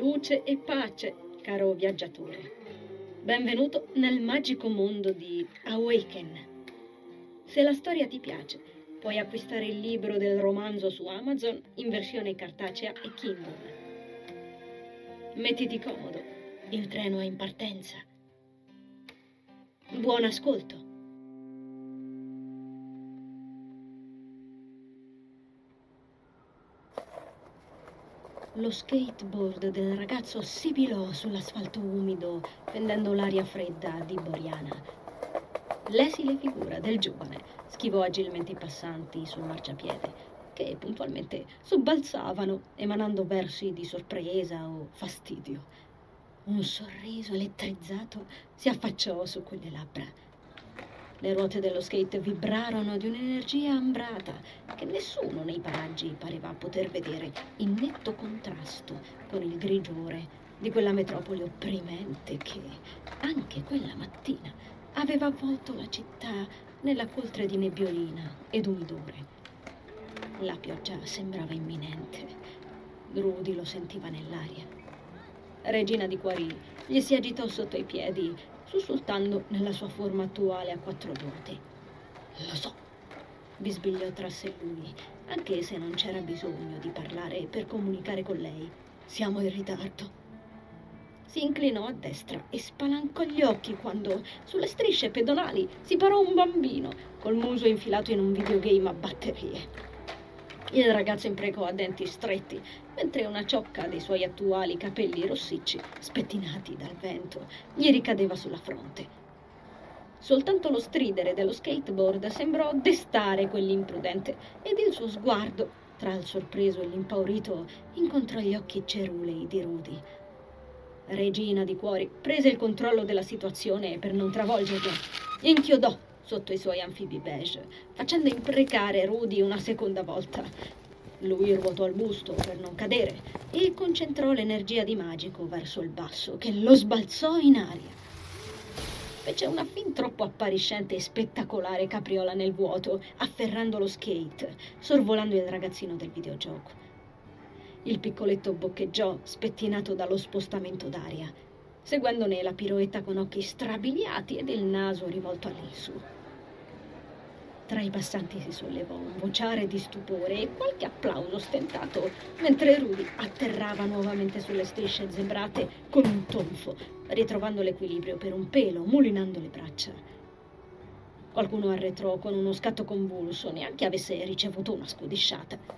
Luce e pace, caro viaggiatore. Benvenuto nel magico mondo di Awaken. Se la storia ti piace, puoi acquistare il libro del romanzo su Amazon in versione cartacea e Kindle. Mettiti comodo, il treno è in partenza. Buon ascolto. Lo skateboard del ragazzo sibilò sull'asfalto umido, fendendo l'aria fredda di Boriana. L'esile figura del giovane schivò agilmente i passanti sul marciapiede, che puntualmente sobbalzavano, emanando versi di sorpresa o fastidio. Un sorriso elettrizzato si affacciò su quelle labbra. Le ruote dello skate vibrarono di un'energia ambrata che nessuno nei paraggi pareva poter vedere, in netto contrasto con il grigiore di quella metropoli opprimente che, anche quella mattina, aveva avvolto la città nella coltre di nebbiolina ed umidore. La pioggia sembrava imminente. Rudy lo sentiva nell'aria. Regina di Quarry gli si agitò sotto i piedi, sussultando nella sua forma attuale a quattro ruote. Lo so, bisbigliò tra sé lui, anche se non c'era bisogno di parlare per comunicare con lei. Siamo in ritardo. Si inclinò a destra e spalancò gli occhi quando, sulle strisce pedonali, si parò un bambino, col muso infilato in un videogame a batterie. Il ragazzo imprecò a denti stretti, mentre una ciocca dei suoi attuali capelli rossicci, spettinati dal vento, gli ricadeva sulla fronte. Soltanto lo stridere dello skateboard sembrò destare quell'imprudente ed il suo sguardo, tra il sorpreso e l'impaurito, incontrò gli occhi cerulei di Rudy. Regina di Quarry prese il controllo della situazione per non travolgerlo. Inchiodò sotto i suoi anfibi beige, facendo imprecare Rudy una seconda volta. Lui ruotò il busto per non cadere e concentrò l'energia di magico verso il basso, che lo sbalzò in aria. Fece una fin troppo appariscente e spettacolare capriola nel vuoto, afferrando lo skate, sorvolando il ragazzino del videogioco. Il piccoletto boccheggiò, spettinato dallo spostamento d'aria, seguendone la piroetta con occhi strabiliati ed il naso rivolto all'insù. Tra i passanti si sollevò un vociare di stupore e qualche applauso stentato, mentre Rudy atterrava nuovamente sulle strisce zebrate con un tonfo, ritrovando l'equilibrio per un pelo, mulinando le braccia. Qualcuno arretrò con uno scatto convulso, neanche avesse ricevuto una scudisciata.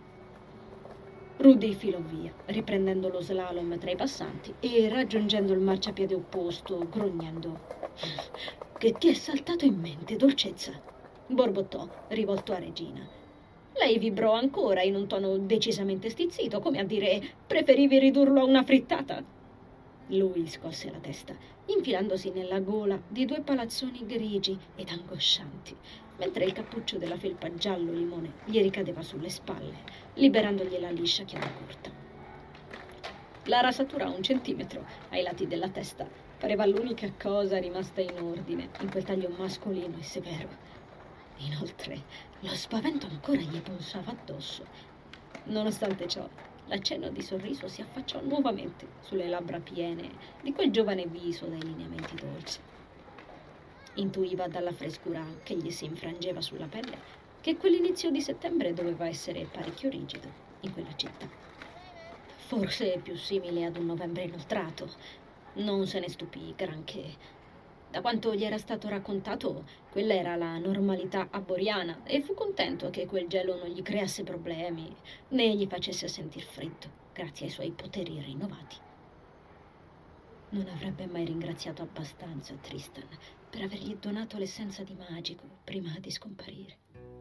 Rudy filò via, riprendendo lo slalom tra i passanti e raggiungendo il marciapiede opposto, grognando. «Che ti è saltato in mente, dolcezza?» borbottò, rivolto a Regina. Lei vibrò ancora in un tono decisamente stizzito, come a dire: «Preferivi ridurlo a una frittata?» Lui scosse la testa, infilandosi nella gola di due palazzoni grigi ed angoscianti, mentre il cappuccio della felpa giallo limone gli ricadeva sulle spalle, liberandogli la liscia chiave corta. La rasatura a 1 centimetro ai lati della testa pareva l'unica cosa rimasta in ordine in quel taglio mascolino e severo. Inoltre, lo spavento ancora gli pulsava addosso. Nonostante ciò, l'accenno di sorriso si affacciò nuovamente sulle labbra piene di quel giovane viso dai lineamenti dolci. Intuiva dalla frescura che gli si infrangeva sulla pelle che quell'inizio di settembre doveva essere parecchio rigido in quella città. Forse più simile ad un novembre inoltrato. Non se ne stupì granché. Da quanto gli era stato raccontato, quella era la normalità aboriana e fu contento che quel gelo non gli creasse problemi né gli facesse sentir freddo, grazie ai suoi poteri rinnovati. Non avrebbe mai ringraziato abbastanza Tristan per avergli donato l'essenza di magico prima di scomparire.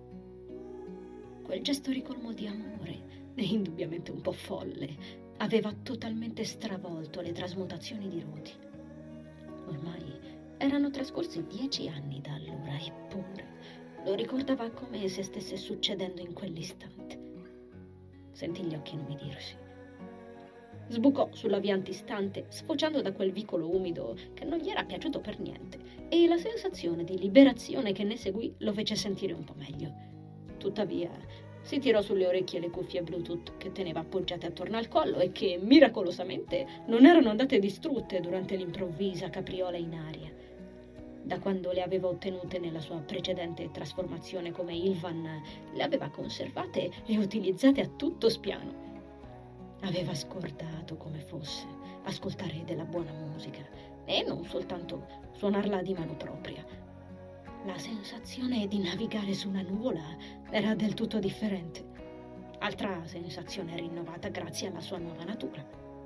Quel gesto ricolmo di amore, e indubbiamente un po' folle, aveva totalmente stravolto le trasmutazioni di Rudy. Ormai erano trascorsi 10 anni da allora, eppure lo ricordava come se stesse succedendo in quell'istante. Sentì gli occhi inumidirsi. Sbucò sulla via antistante, sfociando da quel vicolo umido che non gli era piaciuto per niente, e la sensazione di liberazione che ne seguì lo fece sentire un po' meglio. Tuttavia, si tirò sulle orecchie le cuffie Bluetooth che teneva appoggiate attorno al collo e che, miracolosamente, non erano andate distrutte durante l'improvvisa capriola in aria. Da quando le aveva ottenute nella sua precedente trasformazione come Ilvan, le aveva conservate e utilizzate a tutto spiano. Aveva scordato come fosse ascoltare della buona musica e non soltanto suonarla di mano propria. La sensazione di navigare su una nuvola era del tutto differente. Altra sensazione rinnovata grazie alla sua nuova natura.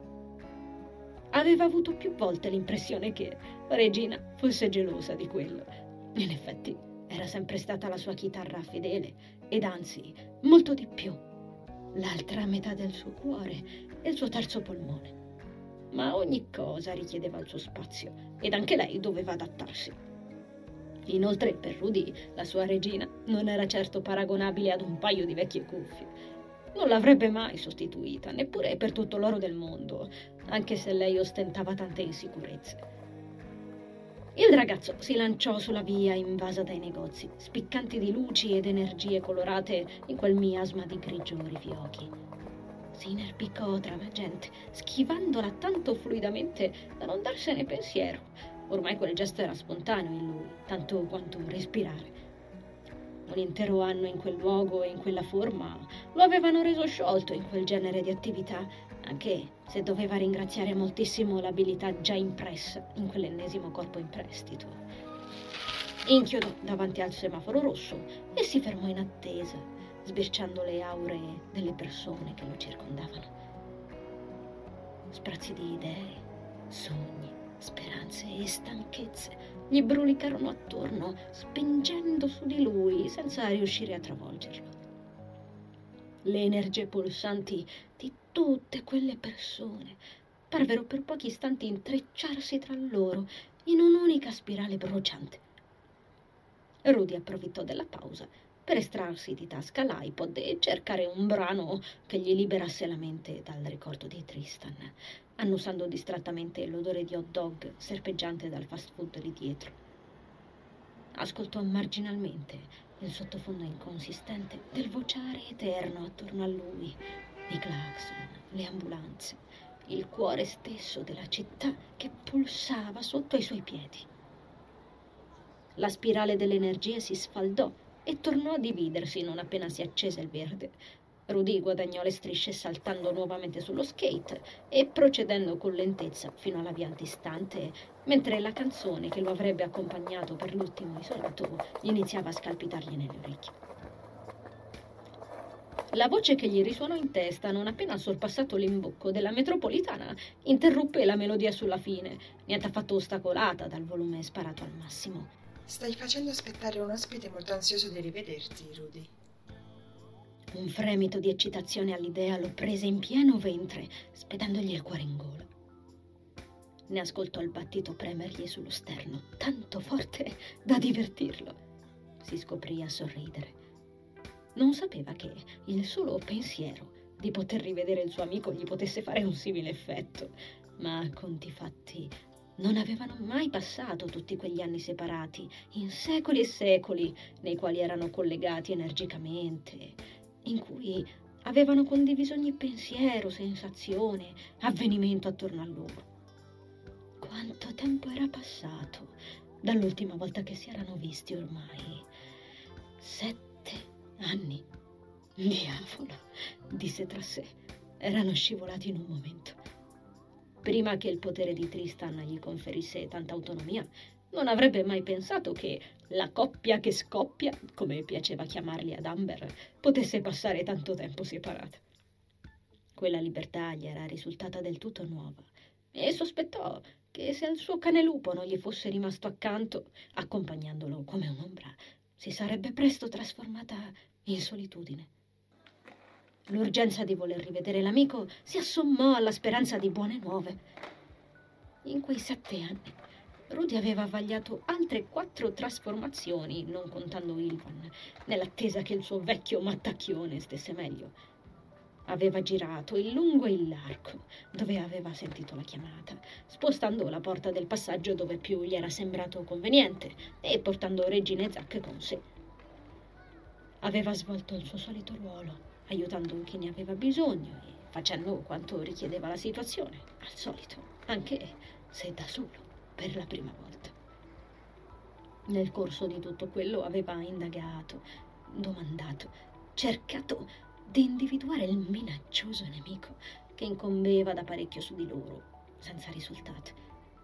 Aveva avuto più volte l'impressione che Regina fosse gelosa di quello. In effetti, era sempre stata la sua chitarra fedele ed anzi, molto di più. L'altra metà del suo cuore e il suo terzo polmone. Ma ogni cosa richiedeva il suo spazio ed anche lei doveva adattarsi. Inoltre, per Rudy, la sua Regina non era certo paragonabile ad un paio di vecchie cuffie. Non l'avrebbe mai sostituita, neppure per tutto l'oro del mondo, anche se lei ostentava tante insicurezze. Il ragazzo si lanciò sulla via invasa dai negozi, spiccanti di luci ed energie colorate in quel miasma di grigiori fiochi. Si inerpicò tra la gente, schivandola tanto fluidamente da non darsene pensiero. Ormai quel gesto era spontaneo in lui, tanto quanto respirare. Un intero anno in quel luogo e in quella forma lo avevano reso sciolto in quel genere di attività, anche se doveva ringraziare moltissimo l'abilità già impressa in quell'ennesimo corpo in prestito. Inchiodò davanti al semaforo rosso e si fermò in attesa, sbirciando le aure delle persone che lo circondavano. Sprazzi di idee, sogni, speranze e stanchezze gli brulicarono attorno, spingendo su di lui senza riuscire a travolgerlo. Le energie pulsanti di tutte quelle persone parvero per pochi istanti intrecciarsi tra loro in un'unica spirale bruciante. Rudy approfittò della pausa per estrarsi di tasca l'iPod e cercare un brano che gli liberasse la mente dal ricordo di Tristan, annusando distrattamente l'odore di hot dog serpeggiante dal fast food lì dietro. Ascoltò marginalmente il sottofondo inconsistente del vociare eterno attorno a lui, i clacson, le ambulanze, il cuore stesso della città che pulsava sotto ai suoi piedi. La spirale dell'energia si sfaldò e tornò a dividersi non appena si accese il verde. Rudy guadagnò le strisce saltando nuovamente sullo skate e procedendo con lentezza fino alla via antistante, mentre la canzone che lo avrebbe accompagnato per l'ultimo isolato iniziava a scalpitargli nelle orecchie. La voce che gli risuonò in testa non appena sorpassato l'imbocco della metropolitana interruppe la melodia sulla fine, niente affatto ostacolata dal volume sparato al massimo. Stai facendo aspettare un ospite molto ansioso di rivederti, Rudy. Un fremito di eccitazione all'idea lo prese in pieno ventre, spedandogli il cuore in gola. Ne ascoltò il battito premergli sullo sterno, tanto forte da divertirlo. Si scoprì a sorridere. Non sapeva che il solo pensiero di poter rivedere il suo amico gli potesse fare un simile effetto, ma a conti fatti non avevano mai passato tutti quegli anni separati, in secoli e secoli, nei quali erano collegati energicamente, in cui avevano condiviso ogni pensiero, sensazione, avvenimento attorno a loro. Quanto tempo era passato dall'ultima volta che si erano visti ormai? 7 anni. Diavolo, disse tra sé. Erano scivolati in un momento. Prima che il potere di Tristan gli conferisse tanta autonomia, non avrebbe mai pensato che la coppia che scoppia, come piaceva chiamarli ad Amber, potesse passare tanto tempo separata. Quella libertà gli era risultata del tutto nuova e sospettò che se al suo cane lupo non gli fosse rimasto accanto, accompagnandolo come un'ombra, si sarebbe presto trasformata in solitudine. L'urgenza di voler rivedere l'amico si assommò alla speranza di buone nuove. In quei 7 anni Rudy aveva vagliato altre 4 trasformazioni, non contando Ilvan, nell'attesa che il suo vecchio mattacchione stesse meglio. Aveva girato il lungo e il largo, dove aveva sentito la chiamata, spostando la porta del passaggio dove più gli era sembrato conveniente e portando Regina e Zack con sé. Aveva svolto il suo solito ruolo, aiutando chi ne aveva bisogno e facendo quanto richiedeva la situazione, al solito, anche se da solo, per la prima volta. Nel corso di tutto quello aveva indagato, domandato, cercato di individuare il minaccioso nemico che incombeva da parecchio su di loro, senza risultato.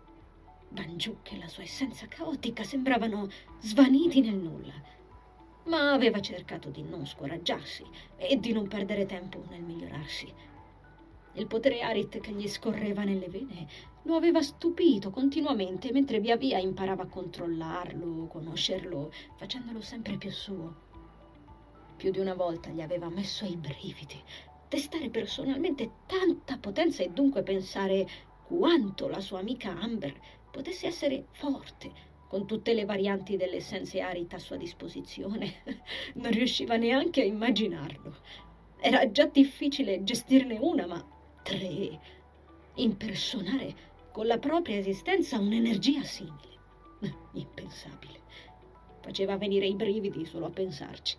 Banjuk e la sua essenza caotica sembravano svaniti nel nulla, ma aveva cercato di non scoraggiarsi e di non perdere tempo nel migliorarsi. Il potere Arit che gli scorreva nelle vene lo aveva stupito continuamente mentre via via imparava a controllarlo, conoscerlo, facendolo sempre più suo. Più di una volta gli aveva messo ai brividi testare personalmente tanta potenza e dunque pensare quanto la sua amica Amber potesse essere forte con tutte le varianti delle essenze Arit a sua disposizione. Non riusciva neanche a immaginarlo. Era già difficile gestirne una, ma 3. Impersonare con la propria esistenza un'energia simile. Impensabile. Faceva venire i brividi solo a pensarci.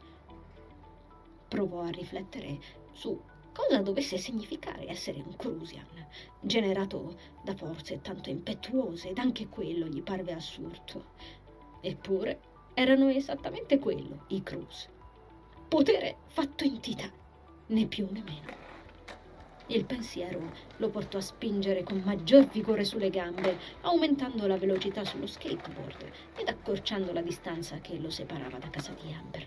Provò a riflettere su cosa dovesse significare essere un Crusian, generato da forze tanto impetuose, ed anche quello gli parve assurdo. Eppure erano esattamente quello, i Crus. Potere fatto entità, né più né meno. Il pensiero lo portò a spingere con maggior vigore sulle gambe, aumentando la velocità sullo skateboard ed accorciando la distanza che lo separava da casa di Amber.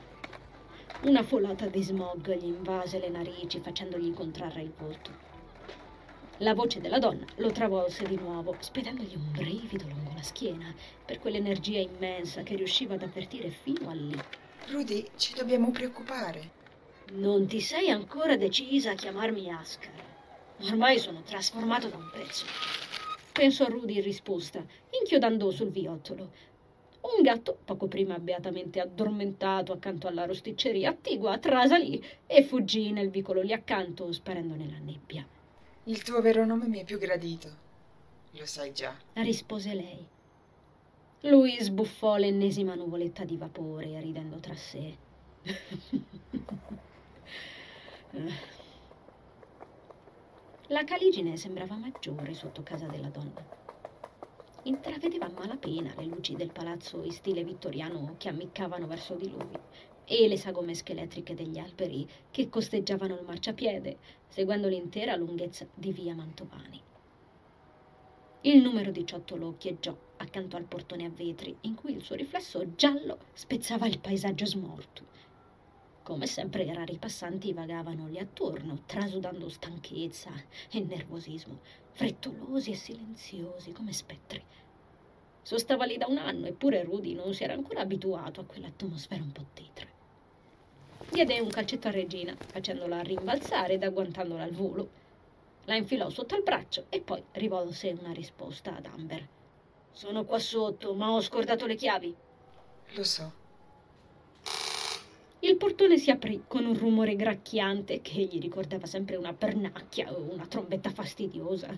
Una folata di smog gli invase le narici, facendogli contrarre il volto. La voce della donna lo travolse di nuovo, spedendogli un brivido lungo la schiena per quell'energia immensa che riusciva ad avvertire fino a lì. Rudy, ci dobbiamo preoccupare. Non ti sei ancora decisa a chiamarmi Askar? Ormai sono trasformato da un pezzo. Pensò Rudy in risposta, inchiodando sul viottolo. Un gatto, poco prima beatamente addormentato accanto alla rosticceria attigua, trasalì e fuggì nel vicolo lì accanto, sparendo nella nebbia. Il tuo vero nome mi è più gradito. Lo sai già. Rispose lei. Lui sbuffò l'ennesima nuvoletta di vapore, ridendo tra sé. La caligine sembrava maggiore sotto casa della donna. Intravedeva a malapena le luci del palazzo in stile vittoriano che ammiccavano verso di lui e le sagome scheletriche degli alberi che costeggiavano il marciapiede, seguendo l'intera lunghezza di via Mantovani. Il numero 18 lo occhieggiò accanto al portone a vetri in cui il suo riflesso giallo spezzava il paesaggio smorto. Come sempre rari passanti vagavano lì attorno, trasudando stanchezza e nervosismo, frettolosi e silenziosi come spettri. Sostava lì da un anno, eppure Rudy non si era ancora abituato a quell'atmosfera un po' tetra. Diede un calcetto a Regina, facendola rimbalzare ed agguantandola al volo. La infilò sotto il braccio e poi rivolse una risposta ad Amber. «Sono qua sotto, ma ho scordato le chiavi». Lo so. Il portone si aprì con un rumore gracchiante che gli ricordava sempre una pernacchia o una trombetta fastidiosa.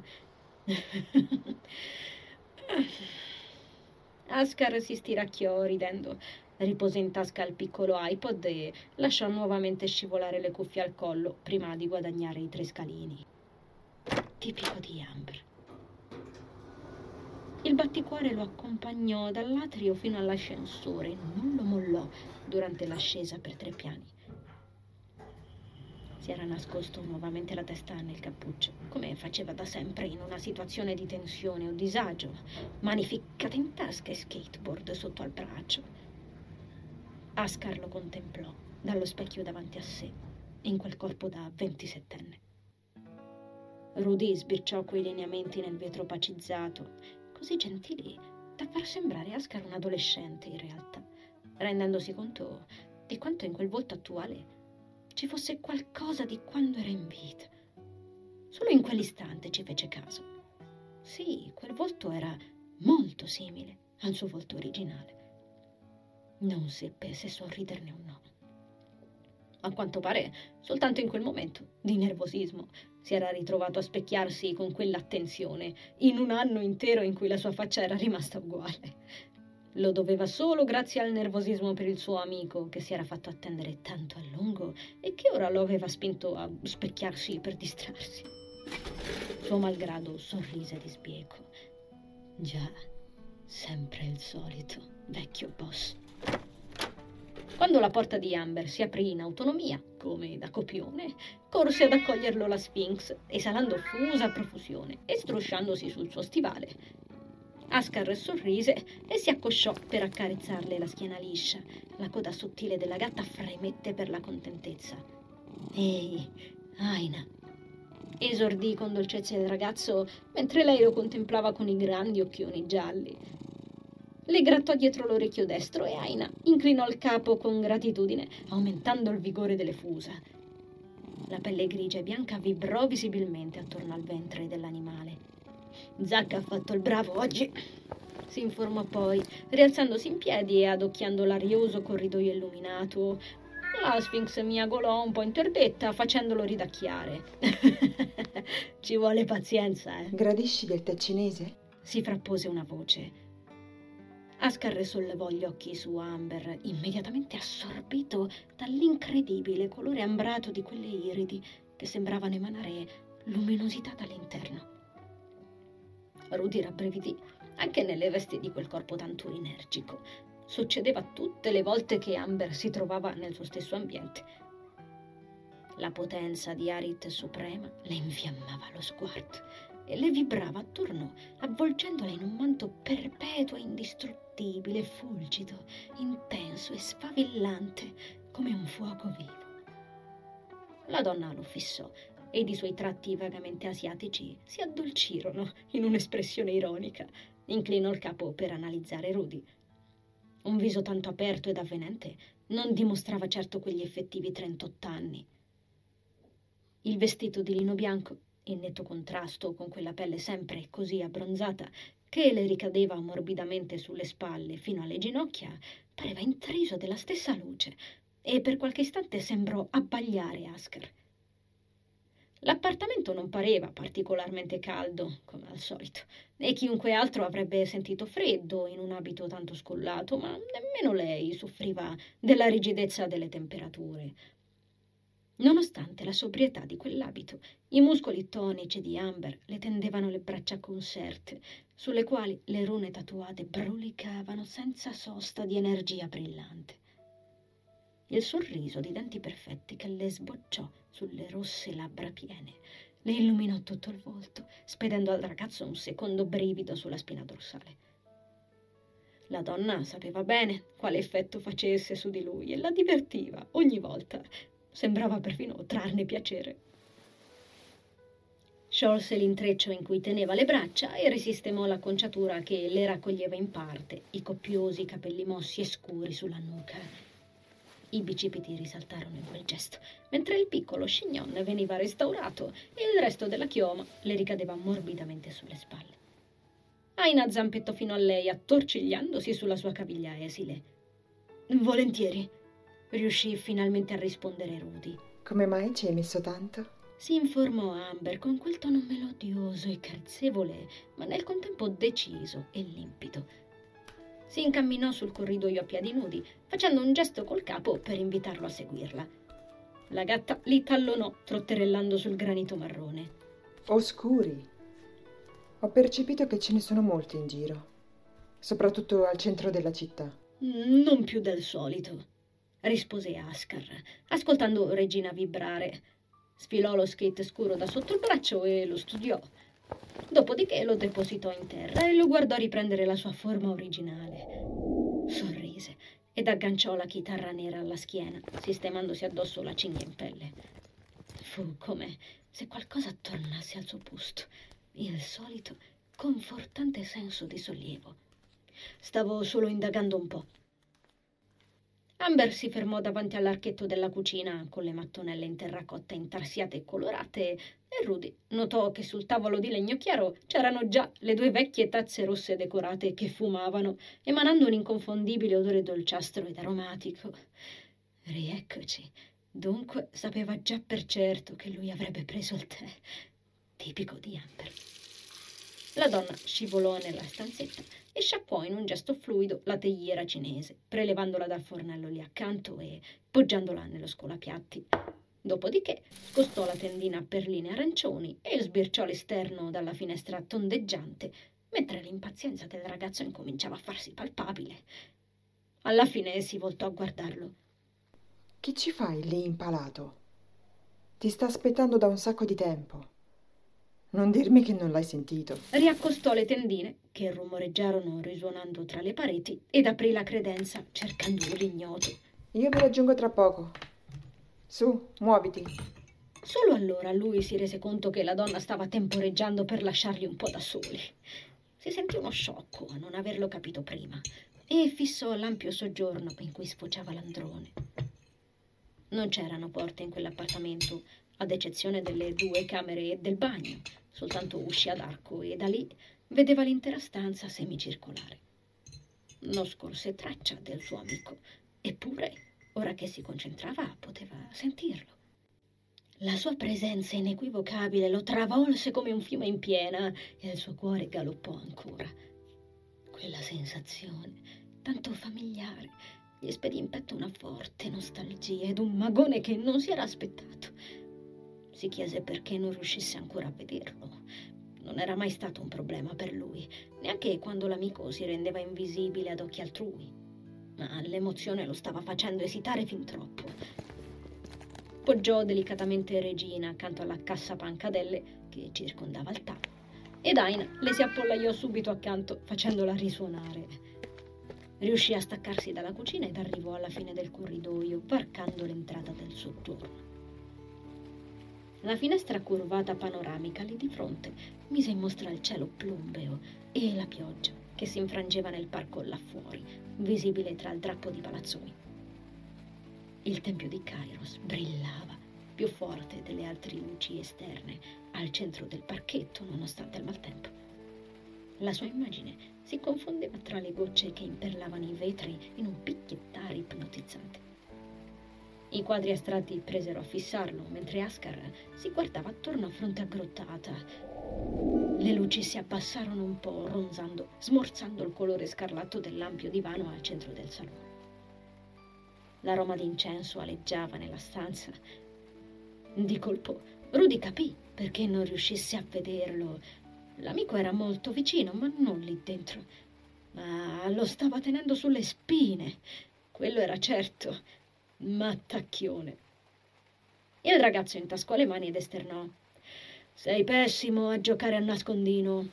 Askar si stiracchiò ridendo, ripose in tasca il piccolo iPod e lasciò nuovamente scivolare le cuffie al collo prima di guadagnare i 3 scalini. Tipico di Amber. Il batticuore lo accompagnò dall'atrio fino all'ascensore e non lo mollò durante l'ascesa per 3 piani. Si era nascosto nuovamente la testa nel cappuccio, come faceva da sempre in una situazione di tensione o disagio, mani ficcate in tasca e skateboard sotto al braccio. Askar lo contemplò dallo specchio davanti a sé, in quel corpo da 27enne. Rudy sbirciò quei lineamenti nel vetro opacizzato, così gentili da far sembrare Askar un adolescente in realtà, rendendosi conto di quanto in quel volto attuale ci fosse qualcosa di quando era in vita. Solo in quell'istante ci fece caso. Sì, quel volto era molto simile al suo volto originale. Non seppe se sorriderne o no. A quanto pare, soltanto in quel momento di nervosismo si era ritrovato a specchiarsi con quell'attenzione in un anno intero in cui la sua faccia era rimasta uguale. Lo doveva solo grazie al nervosismo per il suo amico, che si era fatto attendere tanto a lungo e che ora lo aveva spinto a specchiarsi per distrarsi. Suo malgrado sorrise di sbieco. Già, sempre il solito vecchio boss. Quando la porta di Amber si aprì in autonomia, come da copione, corse ad accoglierlo la Sphinx, esalando fusa a profusione e strusciandosi sul suo stivale. Ascar sorrise e si accosciò per accarezzarle la schiena liscia. La coda sottile della gatta fremette per la contentezza. «Ehi, Aina!» esordì con dolcezza il ragazzo, mentre lei lo contemplava con i grandi occhioni gialli. Le grattò dietro l'orecchio destro e Aina inclinò il capo con gratitudine, aumentando il vigore delle fusa. La pelle grigia e bianca vibrò visibilmente attorno al ventre dell'animale. «Zack ha fatto il bravo oggi», si informò poi, rialzandosi in piedi e adocchiando l'arioso corridoio illuminato. La Sphinx miagolò un po' interdetta, facendolo ridacchiare. «Ci vuole pazienza, eh?» Gradisci del tè cinese? si frappose una voce. Ascar sollevò gli occhi su Amber, immediatamente assorbito dall'incredibile colore ambrato di quelle iridi che sembravano emanare luminosità dall'interno. Rudy rabbrividì, anche nelle vesti di quel corpo tanto energico. Succedeva tutte le volte che Amber si trovava nel suo stesso ambiente. La potenza di Arit suprema le infiammava lo sguardo e le vibrava attorno, avvolgendola in un manto perpetuo e indistruttibile, fulgido, intenso e sfavillante come un fuoco vivo. La donna lo fissò ed i suoi tratti vagamente asiatici si addolcirono in un'espressione ironica. Inclinò il capo per analizzare Rudy. Un viso tanto aperto ed avvenente non dimostrava certo quegli effettivi 38 anni. Il vestito di lino bianco, in netto contrasto con quella pelle sempre così abbronzata che le ricadeva morbidamente sulle spalle fino alle ginocchia, pareva intriso della stessa luce e per qualche istante sembrò abbagliare Ascar. L'appartamento non pareva particolarmente caldo, come al solito, e chiunque altro avrebbe sentito freddo in un abito tanto scollato, ma nemmeno lei soffriva della rigidezza delle temperature. Nonostante la sobrietà di quell'abito, i muscoli tonici di Amber le tendevano le braccia conserte, sulle quali le rune tatuate brulicavano senza sosta di energia brillante. Il sorriso di denti perfetti che le sbocciò sulle rosse labbra piene le illuminò tutto il volto, spedendo al ragazzo un secondo brivido sulla spina dorsale. La donna sapeva bene quale effetto facesse su di lui e la divertiva ogni volta. Sembrava perfino trarne piacere. Sciolse l'intreccio in cui teneva le braccia e risistemò l'acconciatura che le raccoglieva in parte i copiosi capelli mossi e scuri sulla nuca. I bicipiti risaltarono in quel gesto, mentre il piccolo chignon veniva restaurato e il resto della chioma le ricadeva morbidamente sulle spalle. Aina zampettò fino a lei, attorcigliandosi sulla sua caviglia esile. «Volentieri», riuscì finalmente a rispondere Rudy. «Come mai ci hai messo tanto?» si informò Amber con quel tono melodioso e carezzevole, ma nel contempo deciso e limpido. Si incamminò sul corridoio a piedi nudi, facendo un gesto col capo per invitarlo a seguirla. La gatta li tallonò, trotterellando sul granito marrone. «Oscuri. Ho percepito che ce ne sono molti in giro, soprattutto al centro della città». «Non più del solito», rispose Ascar, ascoltando Regina vibrare. Sfilò lo skate scuro da sotto il braccio e lo studiò. Dopodiché lo depositò in terra e lo guardò riprendere la sua forma originale. Sorrise ed agganciò la chitarra nera alla schiena, sistemandosi addosso la cinghia in pelle. Fu come se qualcosa tornasse al suo posto, il solito confortante senso di sollievo. «Stavo solo indagando un po'». Amber si fermò davanti all'archetto della cucina con le mattonelle in terracotta intarsiate e colorate e Rudy notò che sul tavolo di legno chiaro c'erano già le 2 vecchie tazze rosse decorate che fumavano, emanando un inconfondibile odore dolciastro ed aromatico. Rieccoci. Dunque sapeva già per certo che lui avrebbe preso il tè, tipico di Amber. La donna scivolò nella stanzetta e sciacquò in un gesto fluido la teiera cinese, prelevandola dal fornello lì accanto e poggiandola nello scolapiatti. Dopodiché scostò la tendina a perline arancioni e sbirciò l'esterno dalla finestra tondeggiante, mentre l'impazienza del ragazzo incominciava a farsi palpabile. Alla fine si voltò a guardarlo. Che ci fai lì impalato? Ti sta aspettando da un sacco di tempo. Non dirmi che non l'hai sentito. Riaccostò le tendine, che rumoreggiarono risuonando tra le pareti, ed aprì la credenza cercando l'ignoto. Io vi raggiungo tra poco. Su, muoviti. Solo allora lui si rese conto che la donna stava temporeggiando per lasciarli un po' da soli. Si sentì uno sciocco a non averlo capito prima e fissò l'ampio soggiorno in cui sfociava l'androne. Non c'erano porte in quell'appartamento, ad eccezione delle 2 camere e del bagno, soltanto usci ad arco, e da lì vedeva l'intera stanza semicircolare. Non scorse traccia del suo amico, eppure, ora che si concentrava, poteva sentirlo. La sua presenza inequivocabile lo travolse come un fiume in piena e il suo cuore galoppò ancora. Quella sensazione, tanto familiare, gli spedì in petto una forte nostalgia ed un magone che non si era aspettato. Si chiese perché non riuscisse ancora a vederlo. Non era mai stato un problema per lui, neanche quando l'amico si rendeva invisibile ad occhi altrui. Ma l'emozione lo stava facendo esitare fin troppo. Poggiò delicatamente Regina accanto alla cassa pancadelle che circondava il tavolo e Daina le si appollaiò subito accanto facendola risuonare. Riuscì a staccarsi dalla cucina ed arrivò alla fine del corridoio, varcando l'entrata del soggiorno. La finestra curvata panoramica lì di fronte mise in mostra il cielo plumbeo e la pioggia che si infrangeva nel parco là fuori, visibile tra il drappo di palazzoni. Il tempio di Kairos brillava, più forte delle altre luci esterne, al centro del parchetto, nonostante il maltempo. La sua immagine si confondeva tra le gocce che imperlavano i vetri in un picchiettare ipnotizzante. I quadri astratti presero a fissarlo, mentre Ascar si guardava attorno a fronte aggrottata. Le luci si abbassarono un po', ronzando, smorzando il colore scarlatto dell'ampio divano al centro del salone. L'aroma d'incenso aleggiava nella stanza. Di colpo Rudy capì perché non riuscisse a vederlo. L'amico era molto vicino, ma non lì dentro. Ma lo stava tenendo sulle spine. Quello era certo. Mattacchione. Il ragazzo intascò le mani ed esternò: «Sei pessimo a giocare a nascondino».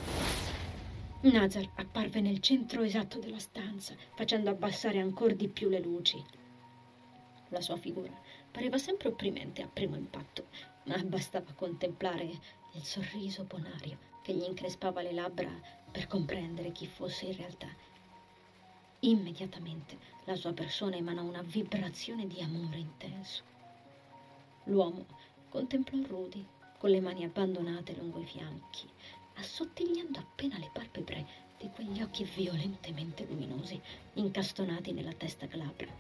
Nazar apparve nel centro esatto della stanza, facendo abbassare ancor di più le luci. La sua figura pareva sempre opprimente a primo impatto, ma bastava contemplare il sorriso bonario che gli increspava le labbra per comprendere chi fosse in realtà. Immediatamente la sua persona emanò una vibrazione di amore intenso. L'uomo contemplò Rudy con le mani abbandonate lungo i fianchi, assottigliando appena le palpebre di quegli occhi violentemente luminosi incastonati nella testa glabra.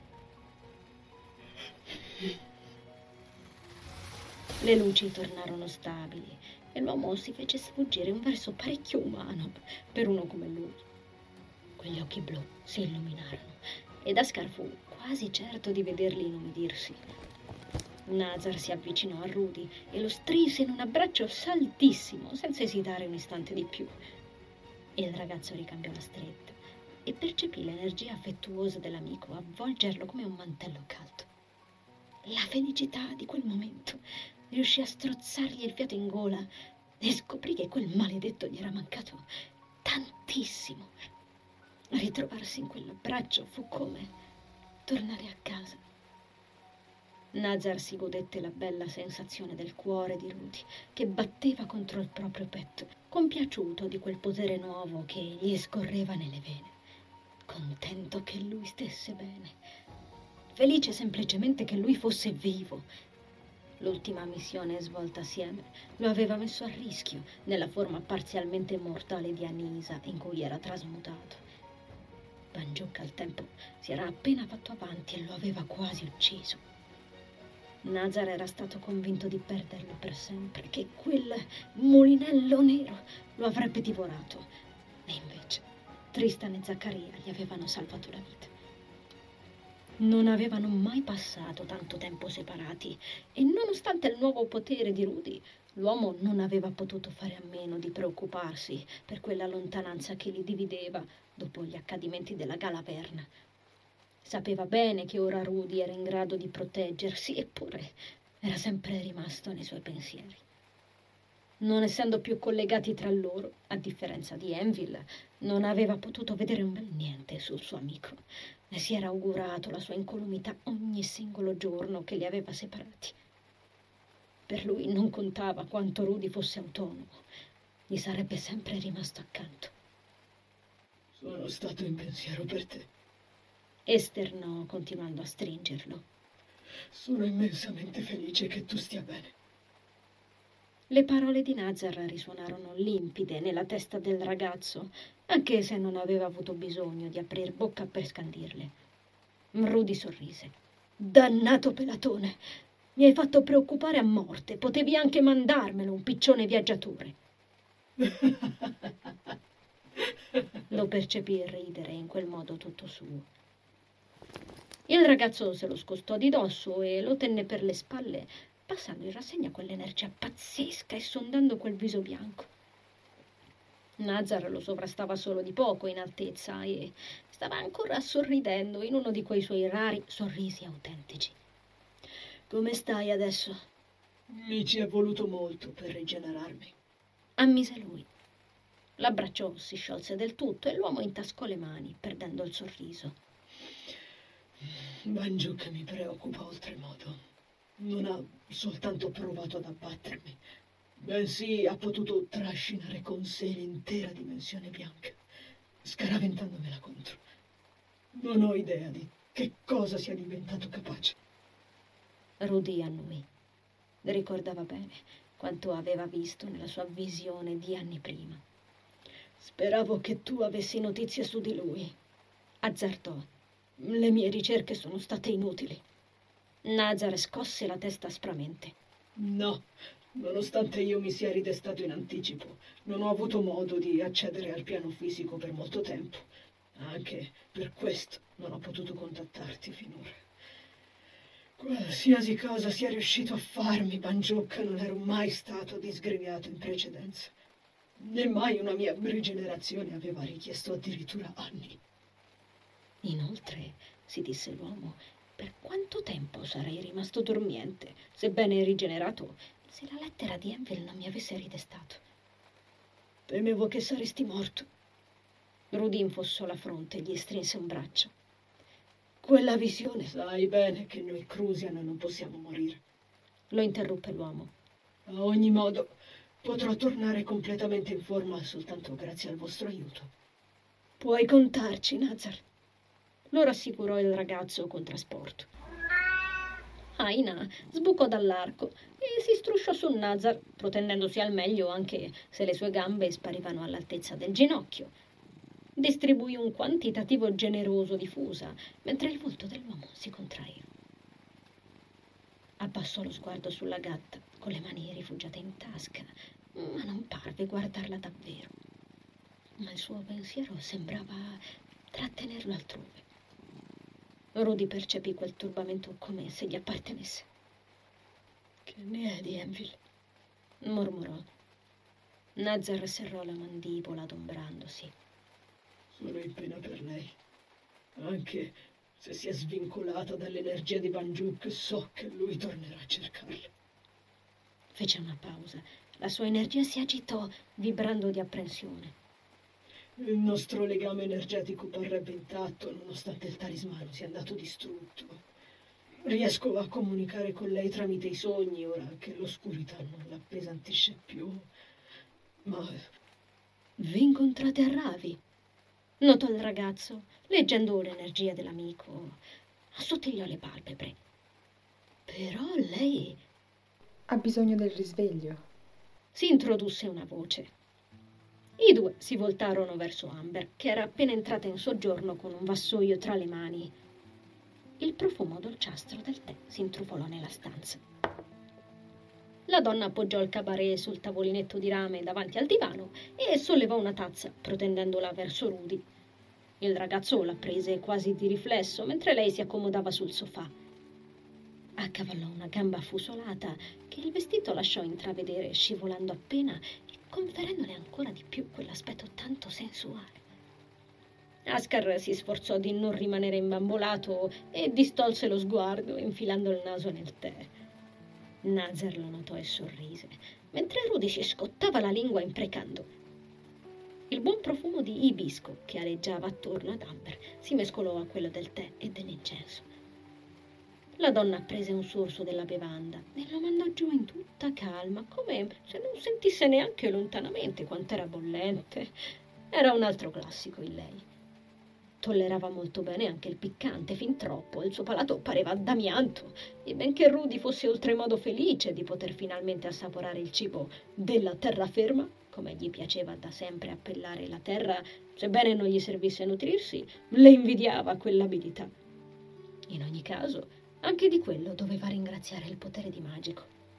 Le luci tornarono stabili e l'uomo si fece sfuggire un verso parecchio umano per uno come lui. Quegli occhi blu si illuminarono ed Ascar fu quasi certo di vederli inumidirsi. Nazar si avvicinò a Rudy e lo strinse in un abbraccio saldissimo, senza esitare un istante di più. Il ragazzo ricambiò la stretta e percepì l'energia affettuosa dell'amico avvolgerlo come un mantello caldo. La felicità di quel momento riuscì a strozzargli il fiato in gola e scoprì che quel maledetto gli era mancato tantissimo. Ritrovarsi in quell'abbraccio fu come tornare a casa. Nazar si godette la bella sensazione del cuore di Rudy che batteva contro il proprio petto, compiaciuto di quel potere nuovo che gli scorreva nelle vene, contento che lui stesse bene, felice semplicemente che lui fosse vivo. L'ultima missione svolta assieme lo aveva messo a rischio nella forma parzialmente mortale di Anisa in cui era trasmutato. Bangiocca al tempo si era appena fatto avanti e lo aveva quasi ucciso. Nazar era stato convinto di perderlo per sempre, che quel mulinello nero lo avrebbe divorato. E invece Tristan e Zaccaria gli avevano salvato la vita. Non avevano mai passato tanto tempo separati e nonostante il nuovo potere di Rudy, l'uomo non aveva potuto fare a meno di preoccuparsi per quella lontananza che li divideva dopo gli accadimenti della Galaverna. Sapeva bene che ora Rudy era in grado di proteggersi, eppure era sempre rimasto nei suoi pensieri. Non essendo più collegati tra loro, a differenza di Envil, non aveva potuto vedere un bel niente sul suo amico e si era augurato la sua incolumità ogni singolo giorno che li aveva separati. Per lui non contava quanto Rudy fosse autonomo, gli sarebbe sempre rimasto accanto. Sono stato in pensiero per te. Esternò continuando a stringerlo. Sono immensamente felice che tu stia bene. Le parole di Nazar risuonarono limpide nella testa del ragazzo, anche se non aveva avuto bisogno di aprir bocca per scandirle. Rudy sorrise. Dannato pelatone! Mi hai fatto preoccupare a morte. Potevi anche mandarmelo, un piccione viaggiatore. Lo percepì ridere in quel modo tutto suo. Il ragazzo se lo scostò di dosso e lo tenne per le spalle, passando in rassegna quell'energia pazzesca e sondando quel viso bianco. Nazar lo sovrastava solo di poco in altezza e stava ancora sorridendo in uno di quei suoi rari sorrisi autentici. Come stai adesso? Mi ci è voluto molto per rigenerarmi. Ammise lui. L'abbracciò, si sciolse del tutto e l'uomo intascò le mani, perdendo il sorriso. Banjuk mi preoccupa oltremodo. Non ha soltanto provato ad abbattermi, bensì ha potuto trascinare con sé l'intera dimensione bianca, scaraventandomela contro. Non ho idea di che cosa sia diventato capace. Rudy annui. Ricordava bene quanto aveva visto nella sua visione di anni prima. Speravo che tu avessi notizie su di lui, azzardò. Le mie ricerche sono state inutili. Nazar scosse la testa aspramente. No, nonostante io mi sia ridestato in anticipo, non ho avuto modo di accedere al piano fisico per molto tempo. Anche per questo non ho potuto contattarti finora. Qualsiasi cosa sia riuscito a farmi, Banjuk, non ero mai stato disgregato in precedenza. Né mai una mia rigenerazione aveva richiesto addirittura anni. Inoltre, si disse l'uomo, per quanto tempo sarei rimasto dormiente, sebbene rigenerato, se la lettera di Envil non mi avesse ridestato? Temevo che saresti morto. Rudy infossò la fronte e gli strinse un braccio. Quella visione... Sai bene che noi Crusian non possiamo morire. Lo interruppe l'uomo. A ogni modo, potrò tornare completamente in forma soltanto grazie al vostro aiuto. Puoi contarci, Nazar. Lo rassicurò il ragazzo con trasporto. Aina sbucò dall'arco e si strusciò su Nazar, protendendosi al meglio anche se le sue gambe sparivano all'altezza del ginocchio. Distribuì un quantitativo generoso di fusa, mentre il volto dell'uomo si contraì. Abbassò lo sguardo sulla gatta, con le mani rifugiate in tasca, ma non parve guardarla davvero. Ma il suo pensiero sembrava trattenerlo altrove. Rudy percepì quel turbamento come se gli appartenesse. Che ne è di Envil? Mormorò. Nazar serrò la mandibola adombrandosi. Sono in pena per lei. Anche se si è svincolata dall'energia di Banjuk, so che lui tornerà a cercarla. Fece una pausa. La sua energia si agitò, vibrando di apprensione. Il nostro legame energetico parrebbe intatto, nonostante il talismano sia andato distrutto. Riesco a comunicare con lei tramite i sogni, ora che l'oscurità non l'appesantisce più. Ma... Vi incontrate a Ravi? Notò il ragazzo, leggendo l'energia dell'amico. Assottigliò le palpebre. Però lei... Ha bisogno del risveglio. Si introdusse una voce. I due si voltarono verso Amber, che era appena entrata in soggiorno con un vassoio tra le mani. Il profumo dolciastro del tè si intrufolò nella stanza. La donna appoggiò il cabaret sul tavolinetto di rame davanti al divano e sollevò una tazza, protendendola verso Rudy. Il ragazzo la prese quasi di riflesso mentre lei si accomodava sul sofà. Accavallò una gamba affusolata che il vestito lasciò intravedere scivolando appena e conferendole ancora di più quell'aspetto tanto sensuale. Ascar si sforzò di non rimanere imbambolato e distolse lo sguardo infilando il naso nel tè. Nazar lo notò e sorrise, mentre Rudy si scottava la lingua imprecando. Il buon profumo di ibisco che aleggiava attorno ad Amber si mescolò a quello del tè e dell'incenso. La donna prese un sorso della bevanda e lo mandò giù in tutta calma, come se non sentisse neanche lontanamente quant'era bollente. Era un altro classico in lei. Tollerava molto bene anche il piccante, fin troppo, il suo palato pareva d'amianto, e benché Rudy fosse oltremodo felice di poter finalmente assaporare il cibo della terraferma, come gli piaceva da sempre appellare la terra, sebbene non gli servisse a nutrirsi, le invidiava quell'abilità. In ogni caso, anche di quello doveva ringraziare il potere di magico.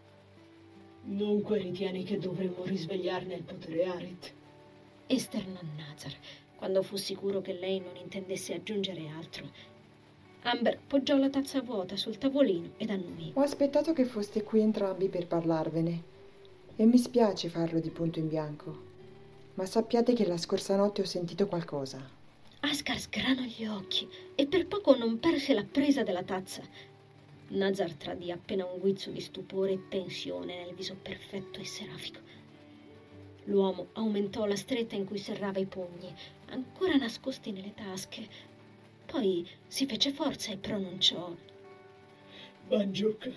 Dunque ritieni che dovremmo risvegliarne il potere Arit? Esternò Nazar, quando fu sicuro che lei non intendesse aggiungere altro. Amber poggiò la tazza vuota sul tavolino ed annui. Ho aspettato che foste qui entrambi per parlarvene e mi spiace farlo di punto in bianco, ma sappiate che la scorsa notte ho sentito qualcosa. Ascar sgranò gli occhi e per poco non perse la presa della tazza. Nazar tradì appena un guizzo di stupore e tensione nel viso perfetto e serafico. L'uomo aumentò la stretta in cui serrava i pugni, ancora nascosti nelle tasche. Poi si fece forza e pronunciò: Banjuk.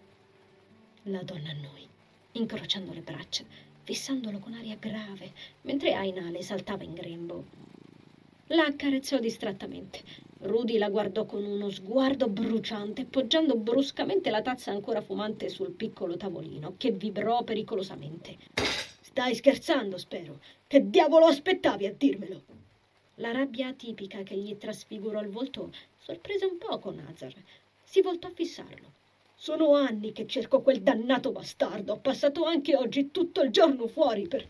La donna annui, incrociando le braccia, fissandolo con aria grave, mentre Aina le saltava in grembo. La accarezzò distrattamente. Rudy la guardò con uno sguardo bruciante, poggiando bruscamente la tazza ancora fumante sul piccolo tavolino, che vibrò pericolosamente. Stai scherzando, spero. Che diavolo aspettavi a dirmelo? La rabbia atipica che gli trasfigurò il volto sorprese un poco Nazar. Si voltò a fissarlo. Sono anni che cerco quel dannato bastardo. Ho passato anche oggi tutto il giorno fuori per...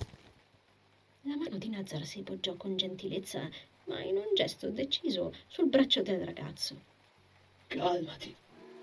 La mano di Nazar si poggiò con gentilezza, ma in un gesto deciso, sul braccio del ragazzo. Calmati.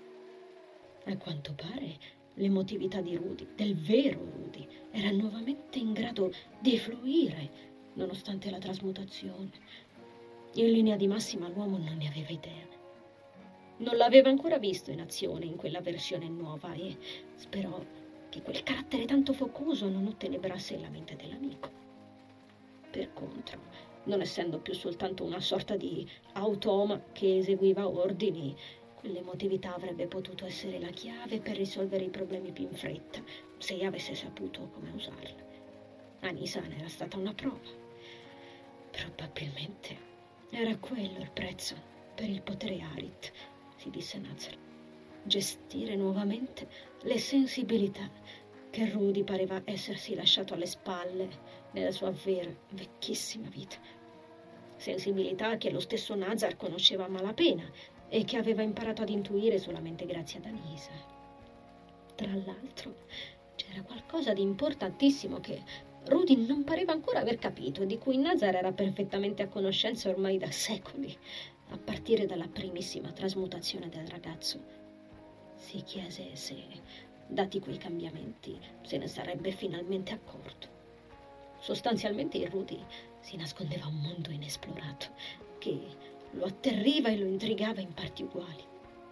A quanto pare l'emotività di Rudy, del vero Rudy, era nuovamente in grado di fluire, nonostante la trasmutazione. In linea di massima l'uomo non ne aveva idea. Non l'aveva ancora visto in azione in quella versione nuova e sperò che quel carattere tanto focoso non ottenebrasse la mente dell'amico. Per contro, non essendo più soltanto una sorta di automa che eseguiva ordini, quell'emotività avrebbe potuto essere la chiave per risolvere i problemi più in fretta, se avesse saputo come usarla. Anisa ne era stata una prova. Probabilmente era quello il prezzo per il potere Arit, si disse Nazar. Gestire nuovamente le sensibilità che Rudy pareva essersi lasciato alle spalle nella sua vera, vecchissima vita. Sensibilità che lo stesso Nazar conosceva a malapena e che aveva imparato ad intuire solamente grazie ad Anisa. Tra l'altro, c'era qualcosa di importantissimo che Rudy non pareva ancora aver capito e di cui Nazar era perfettamente a conoscenza ormai da secoli, a partire dalla primissima trasmutazione del ragazzo. Si chiese se, dati quei cambiamenti, se ne sarebbe finalmente accorto. Sostanzialmente il Rudy si nascondeva un mondo inesplorato che lo atterriva e lo intrigava in parti uguali.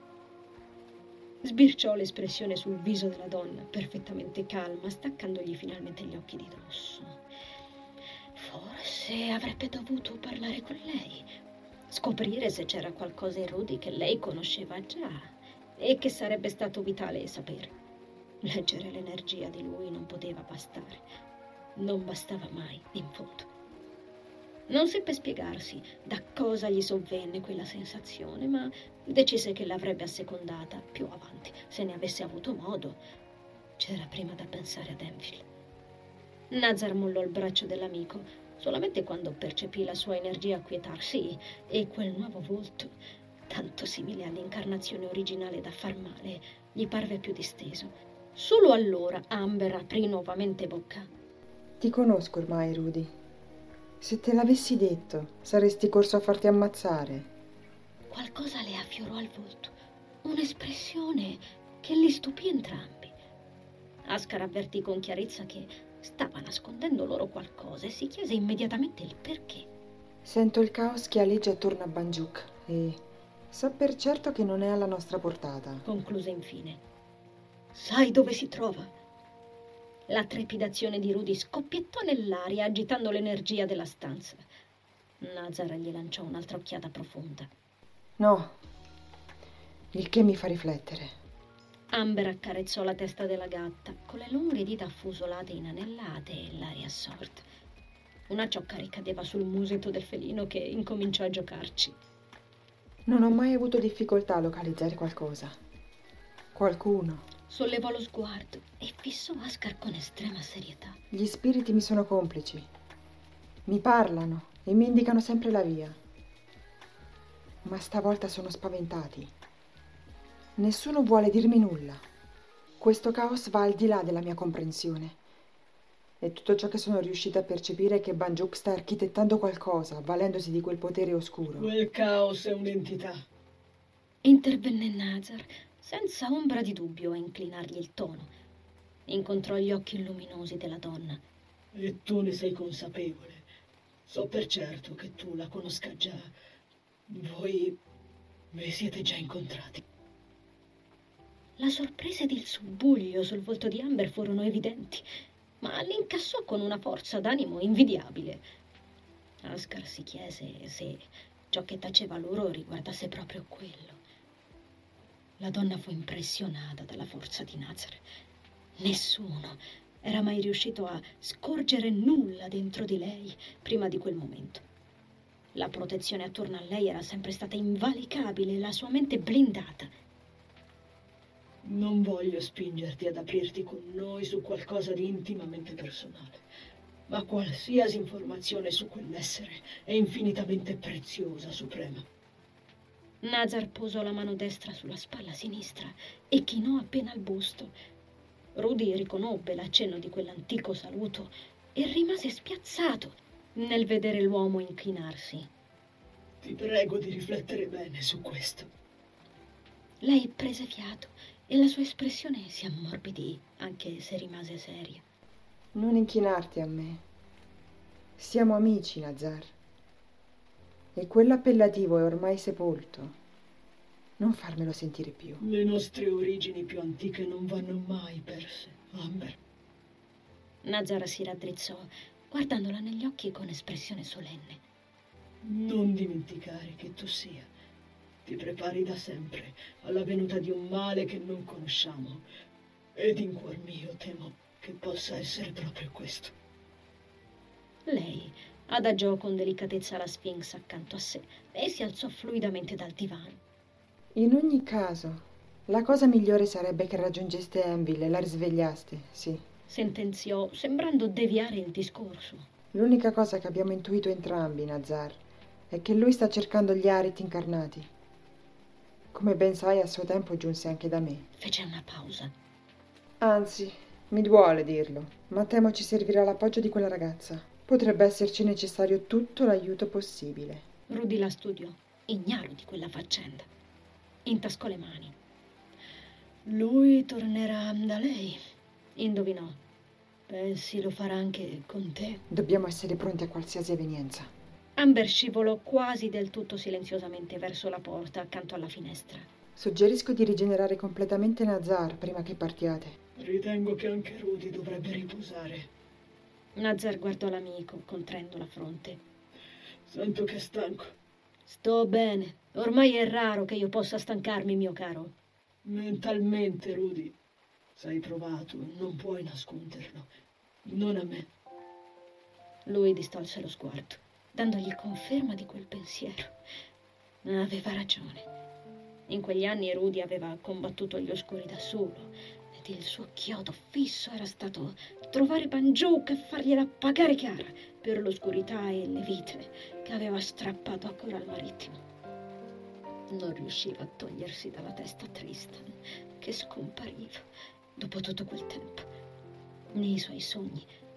Sbirciò l'espressione sul viso della donna, perfettamente calma, staccandogli finalmente gli occhi di dosso. Forse avrebbe dovuto parlare con lei, scoprire se c'era qualcosa in Rudy che lei conosceva già e che sarebbe stato vitale sapere. Leggere l'energia di lui non poteva bastare. Non bastava mai, in fondo. Non seppe spiegarsi da cosa gli sovvenne quella sensazione, ma decise che l'avrebbe assecondata più avanti, se ne avesse avuto modo. C'era prima da pensare ad Enfield. Nazar mollò il braccio dell'amico, solamente quando percepì la sua energia quietarsi e quel nuovo volto, tanto simile all'incarnazione originale da far male, gli parve più disteso. Solo allora Amber aprì nuovamente bocca. Ti conosco ormai, Rudy. Se te l'avessi detto, saresti corso a farti ammazzare. Qualcosa le affiorò al volto, un'espressione che li stupì entrambi. Ascar avvertì con chiarezza che stava nascondendo loro qualcosa e si chiese immediatamente il perché. Sento il caos che aleggia attorno a Banjuk e so per certo che non è alla nostra portata. Concluse infine. Sai dove si trova? La trepidazione di Rudy scoppiettò nell'aria, agitando l'energia della stanza. Nazar gli lanciò un'altra occhiata profonda. No, il che mi fa riflettere. Amber accarezzò la testa della gatta con le lunghe dita affusolate inanellate e l'aria assorta. Una ciocca ricadeva sul musetto del felino che incominciò a giocarci. Non ho mai avuto difficoltà a localizzare qualcosa. Qualcuno. Sollevò lo sguardo e fissò Ascar con estrema serietà. Gli spiriti mi sono complici. Mi parlano e mi indicano sempre la via. Ma stavolta sono spaventati. Nessuno vuole dirmi nulla. Questo caos va al di là della mia comprensione. E tutto ciò che sono riuscita a percepire è che Banjuk sta architettando qualcosa, avvalendosi di quel potere oscuro. Quel caos è un'entità. Intervenne Nazar, senza ombra di dubbio a inclinargli il tono. Incontrò gli occhi luminosi della donna. E tu ne sei consapevole. So per certo che tu la conosca già. Voi vi siete già incontrati. La sorpresa ed il subbuglio sul volto di Amber furono evidenti, ma l'incassò con una forza d'animo invidiabile. Ascar si chiese se ciò che taceva loro riguardasse proprio quello. La donna fu impressionata dalla forza di Nazar. Nessuno era mai riuscito a scorgere nulla dentro di lei prima di quel momento. La protezione attorno a lei era sempre stata invalicabile e la sua mente blindata. Non voglio spingerti ad aprirti con noi su qualcosa di intimamente personale, ma qualsiasi informazione su quell'essere è infinitamente preziosa, Suprema. Nazar posò la mano destra sulla spalla sinistra e chinò appena al busto. Rudy riconobbe l'accenno di quell'antico saluto e rimase spiazzato nel vedere l'uomo inclinarsi. Ti prego di riflettere bene su questo. Lei prese fiato e la sua espressione si ammorbidì, anche se rimase seria. Non inchinarti a me. Siamo amici, Nazar. E quell'appellativo è ormai sepolto. Non farmelo sentire più. Le nostre origini più antiche non vanno mai perse, Amber. Nazar si raddrizzò, guardandola negli occhi con espressione solenne. Non dimenticare che tu sia. Ti prepari da sempre alla venuta di un male che non conosciamo. Ed in cuor mio temo che possa essere proprio questo. Lei adagiò con delicatezza la Sfinx accanto a sé e si alzò fluidamente dal divano. In ogni caso, la cosa migliore sarebbe che raggiungeste Anvil e la risvegliaste, sì. Sentenziò, sembrando deviare il discorso. L'unica cosa che abbiamo intuito entrambi, Nazar, è che lui sta cercando gli Arit incarnati. Come ben sai, a suo tempo giunse anche da me. Fece una pausa. Anzi, mi duole dirlo, ma temo ci servirà l'appoggio di quella ragazza. Potrebbe esserci necessario tutto l'aiuto possibile. Rudy la studiò, ignaro di quella faccenda. Intascò le mani. Lui tornerà da lei, indovinò. Pensi lo farà anche con te? Dobbiamo essere pronti a qualsiasi evenienza. Amber scivolò quasi del tutto silenziosamente verso la porta accanto alla finestra. Suggerisco di rigenerare completamente Nazar prima che partiate. Ritengo che anche Rudy dovrebbe riposare. Nazar guardò l'amico, contraendo la fronte. Sento che è stanco. Sto bene. Ormai è raro che io possa stancarmi, mio caro. Mentalmente, Rudy. Sei provato, non puoi nasconderlo. Non a me. Lui distolse lo sguardo, dandogli conferma di quel pensiero. Aveva ragione. In quegli anni Rudy aveva combattuto gli oscuri da solo ed il suo chiodo fisso era stato trovare Banjuk e fargliela pagare cara per l'oscurità e le vite che aveva strappato a Coral Marittimo. Non riusciva a togliersi dalla testa Tristan, che scompariva dopo tutto quel tempo. Nei suoi sogni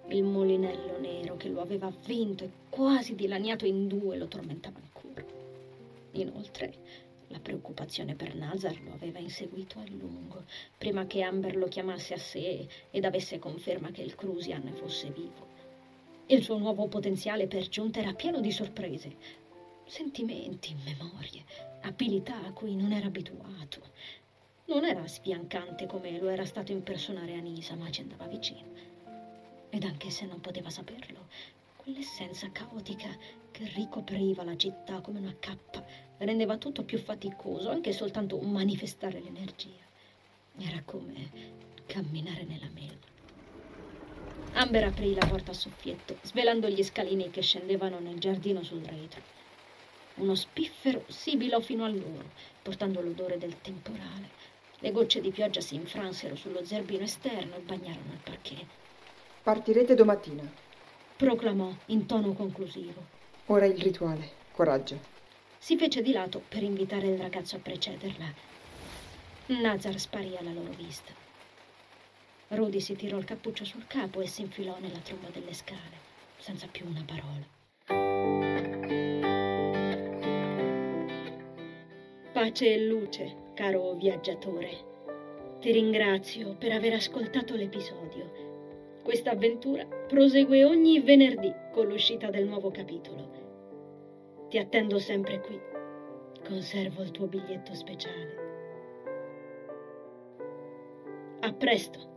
Il mulinello nero che lo aveva vinto e quasi dilaniato in due lo tormentava ancora. Inoltre, la preoccupazione per Nazar lo aveva inseguito a lungo, prima che Amber lo chiamasse a sé ed avesse conferma che il Crucian fosse vivo. Il suo nuovo potenziale per giunta era pieno di sorprese, sentimenti, memorie, abilità a cui non era abituato. Non era sfiancante come lo era stato impersonare Anisa, ma ci andava vicino. Ed anche se non poteva saperlo, quell'essenza caotica che ricopriva la città come una cappa rendeva tutto più faticoso, anche soltanto manifestare l'energia. Era come camminare nella melma. Amber aprì la porta a soffietto, svelando gli scalini che scendevano nel giardino sul retro. Uno spiffero sibilò fino a loro, portando l'odore del temporale. Le gocce di pioggia si infransero sullo zerbino esterno e bagnarono il parquet. Partirete domattina, Proclamò in tono conclusivo. ora il rituale, coraggio. Si fece di lato per invitare il ragazzo a precederla. Nazar sparì alla loro vista. Rudy si tirò il cappuccio sul capo e si infilò nella tromba delle scale, senza più una parola. Pace e luce, caro viaggiatore. Ti ringrazio per aver ascoltato l'episodio. Questa avventura prosegue ogni venerdì con l'uscita del nuovo capitolo. Ti attendo sempre qui. Conservo il tuo biglietto speciale. A presto!